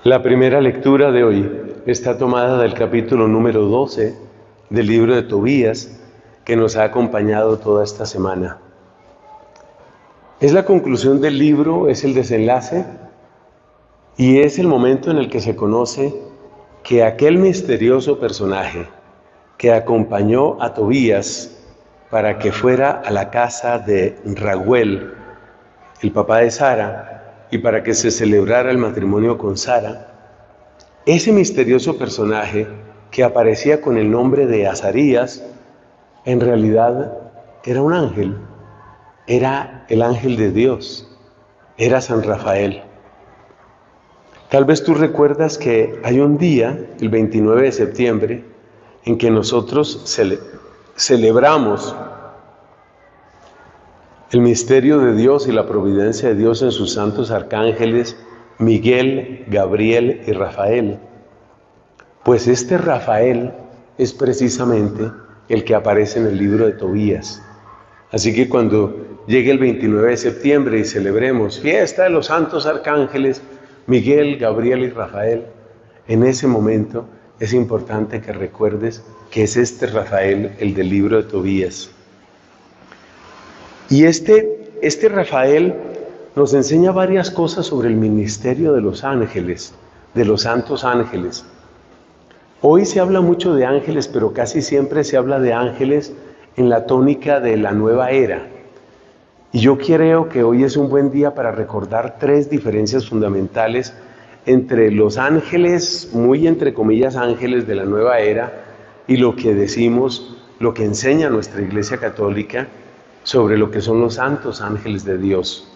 La primera lectura de hoy está tomada del capítulo número 12 del libro de Tobías, que nos ha acompañado toda esta semana. Es la conclusión del libro, es el desenlace y es el momento en el que se conoce que aquel misterioso personaje que acompañó a Tobías para que fuera a la casa de Raguel, el papá de Sara, y para que se celebrara el matrimonio con Sara, ese misterioso personaje que aparecía con el nombre de Azarías, en realidad era un ángel, era el ángel de Dios, era San Rafael. Tal vez tú recuerdas que hay un día, el 29 de septiembre, en que nosotros celebramos el misterio de Dios y la providencia de Dios en sus santos arcángeles Miguel, Gabriel y Rafael. Pues este Rafael es precisamente el que aparece en el libro de Tobías. Así que cuando llegue el 29 de septiembre y celebremos fiesta de los santos arcángeles Miguel, Gabriel y Rafael, en ese momento es importante que recuerdes que es este Rafael el del libro de Tobías. Y este Rafael nos enseña varias cosas sobre el ministerio de los ángeles, de los santos ángeles. Hoy se habla mucho de ángeles, pero casi siempre se habla de ángeles en la tónica de la nueva era. Y yo creo que hoy es un buen día para recordar tres diferencias fundamentales entre los ángeles, muy entre comillas ángeles de la nueva era, y lo que decimos, lo que enseña nuestra Iglesia Católica sobre lo que son los santos ángeles de Dios.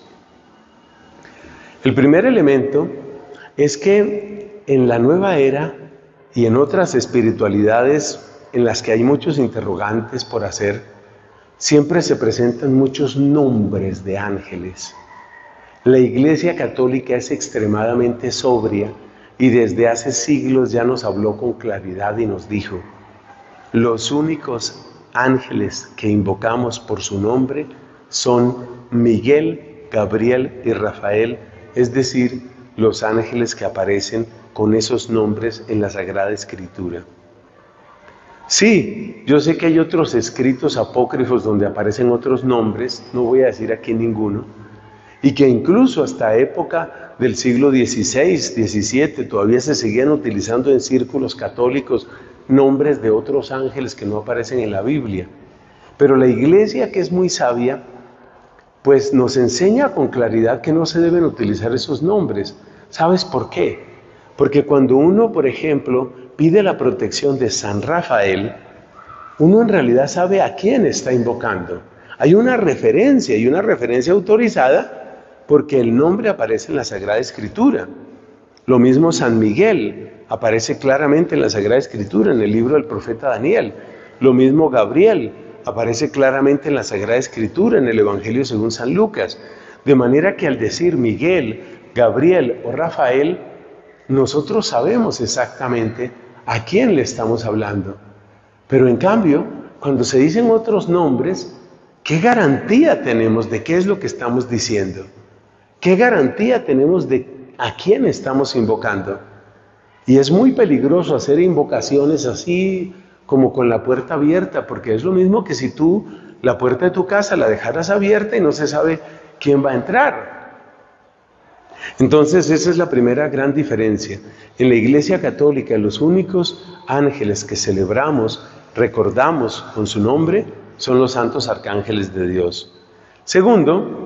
El primer elemento es que en la nueva era y en otras espiritualidades en las que hay muchos interrogantes por hacer, siempre se presentan muchos nombres de ángeles. La Iglesia Católica es extremadamente sobria y desde hace siglos ya nos habló con claridad y nos dijo: los únicos ángeles que invocamos por su nombre son Miguel, Gabriel y Rafael, es decir, los ángeles que aparecen con esos nombres en la Sagrada Escritura. Sí, yo sé que hay otros escritos apócrifos donde aparecen otros nombres, no voy a decir aquí ninguno, y que incluso hasta época del siglo XVI, XVII todavía se seguían utilizando en círculos católicos nombres de otros ángeles que no aparecen en la Biblia. Pero la Iglesia, que es muy sabia, pues nos enseña con claridad que no se deben utilizar esos nombres. ¿Sabes por qué? Porque cuando uno, por ejemplo, pide la protección de San Rafael, uno en realidad sabe a quién está invocando. Hay una referencia, y una referencia autorizada, porque el nombre aparece en la Sagrada Escritura. Lo mismo San Miguel, aparece claramente en la Sagrada Escritura, en el libro del profeta Daniel. Lo mismo Gabriel, aparece claramente en la Sagrada Escritura, en el Evangelio según San Lucas. De manera que al decir Miguel, Gabriel o Rafael, nosotros sabemos exactamente a quién le estamos hablando. Pero en cambio, cuando se dicen otros nombres, ¿qué garantía tenemos de qué es lo que estamos diciendo? ¿Qué garantía tenemos de a quién estamos invocando? Y es muy peligroso hacer invocaciones así como con la puerta abierta, porque es lo mismo que si tú la puerta de tu casa la dejaras abierta y no se sabe quién va a entrar. Entonces esa es la primera gran diferencia. En la Iglesia Católica los únicos ángeles que celebramos, recordamos con su nombre, son los santos arcángeles de Dios. Segundo,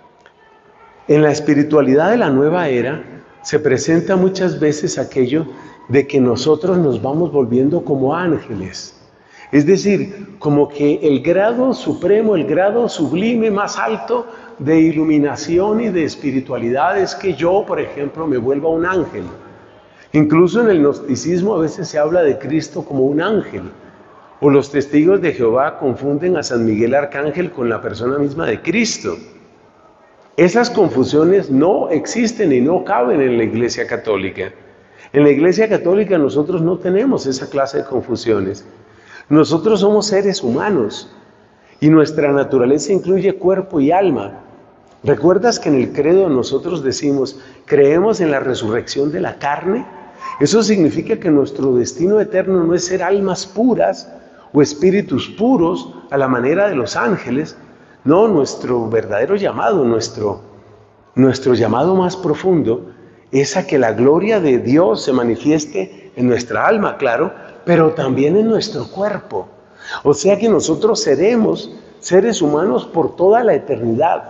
en la espiritualidad de la nueva era se presenta muchas veces aquello de que nosotros nos vamos volviendo como ángeles. Es decir, como que el grado supremo, el grado sublime más alto de iluminación y de espiritualidad es que yo, por ejemplo, me vuelva un ángel. Incluso en el gnosticismo a veces se habla de Cristo como un ángel. O los testigos de Jehová confunden a San Miguel Arcángel con la persona misma de Cristo. Esas confusiones no existen y no caben en la Iglesia Católica. En la Iglesia Católica nosotros no tenemos esa clase de confusiones. Nosotros somos seres humanos y nuestra naturaleza incluye cuerpo y alma. ¿Recuerdas que en el credo nosotros decimos, creemos en la resurrección de la carne? Eso significa que nuestro destino eterno no es ser almas puras o espíritus puros a la manera de los ángeles. No, nuestro verdadero llamado, nuestro llamado más profundo es a que la gloria de Dios se manifieste en nuestra alma, claro, pero también en nuestro cuerpo. O sea que nosotros seremos seres humanos por toda la eternidad.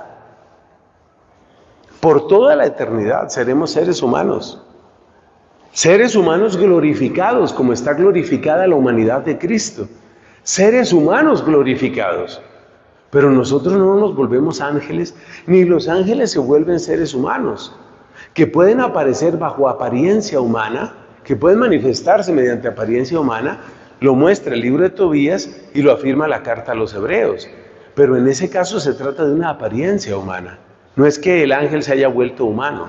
Por toda la eternidad seremos seres humanos. Seres humanos glorificados, como está glorificada la humanidad de Cristo. Seres humanos glorificados. Pero nosotros no nos volvemos ángeles, ni los ángeles se vuelven seres humanos, que pueden aparecer bajo apariencia humana, que pueden manifestarse mediante apariencia humana. Lo muestra el libro de Tobías y lo afirma la carta a los Hebreos. Pero en ese caso se trata de una apariencia humana. No es que el ángel se haya vuelto humano.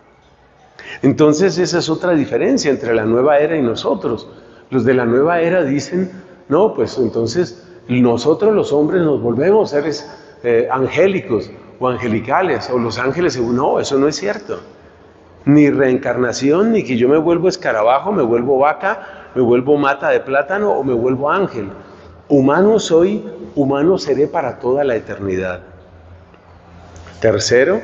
Entonces esa es otra diferencia entre la nueva era y nosotros. Los de la nueva era dicen, no, pues entonces nosotros los hombres nos volvemos seres angélicos o angelicales, o los ángeles. No, eso no es cierto. Ni reencarnación, ni que yo me vuelvo escarabajo, me vuelvo vaca, me vuelvo mata de plátano o me vuelvo ángel. Humano soy, humano seré para toda la eternidad. Tercero,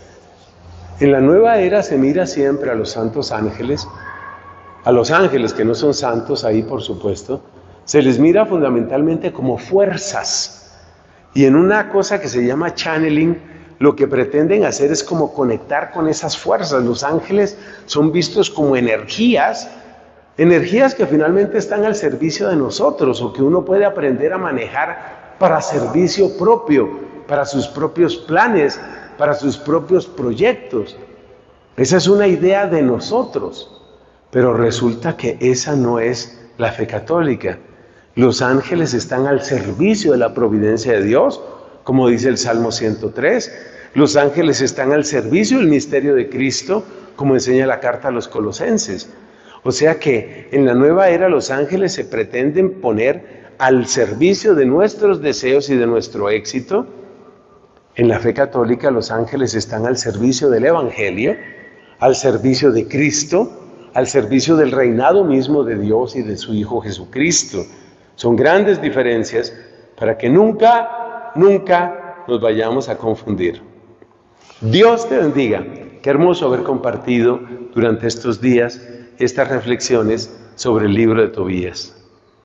en la nueva era se mira siempre a los santos ángeles, a los ángeles que no son santos, ahí por supuesto, se les mira fundamentalmente como fuerzas. Y en una cosa que se llama channeling, lo que pretenden hacer es como conectar con esas fuerzas. Los ángeles son vistos como energías que finalmente están al servicio de nosotros, o que uno puede aprender a manejar para servicio propio, para sus propios planes, para sus propios proyectos. Esa es una idea de nosotros, pero resulta que esa no es la fe católica. Los ángeles están al servicio de la providencia de Dios, como dice el Salmo 103. Los ángeles están al servicio del misterio de Cristo, como enseña la carta a los Colosenses. O sea que en la nueva era los ángeles se pretenden poner al servicio de nuestros deseos y de nuestro éxito. En la fe católica los ángeles están al servicio del Evangelio, al servicio de Cristo, al servicio del reinado mismo de Dios y de su Hijo Jesucristo. Son grandes diferencias para que nunca nos vayamos a confundir. Dios te bendiga. Qué hermoso haber compartido durante estos días estas reflexiones sobre el libro de Tobías.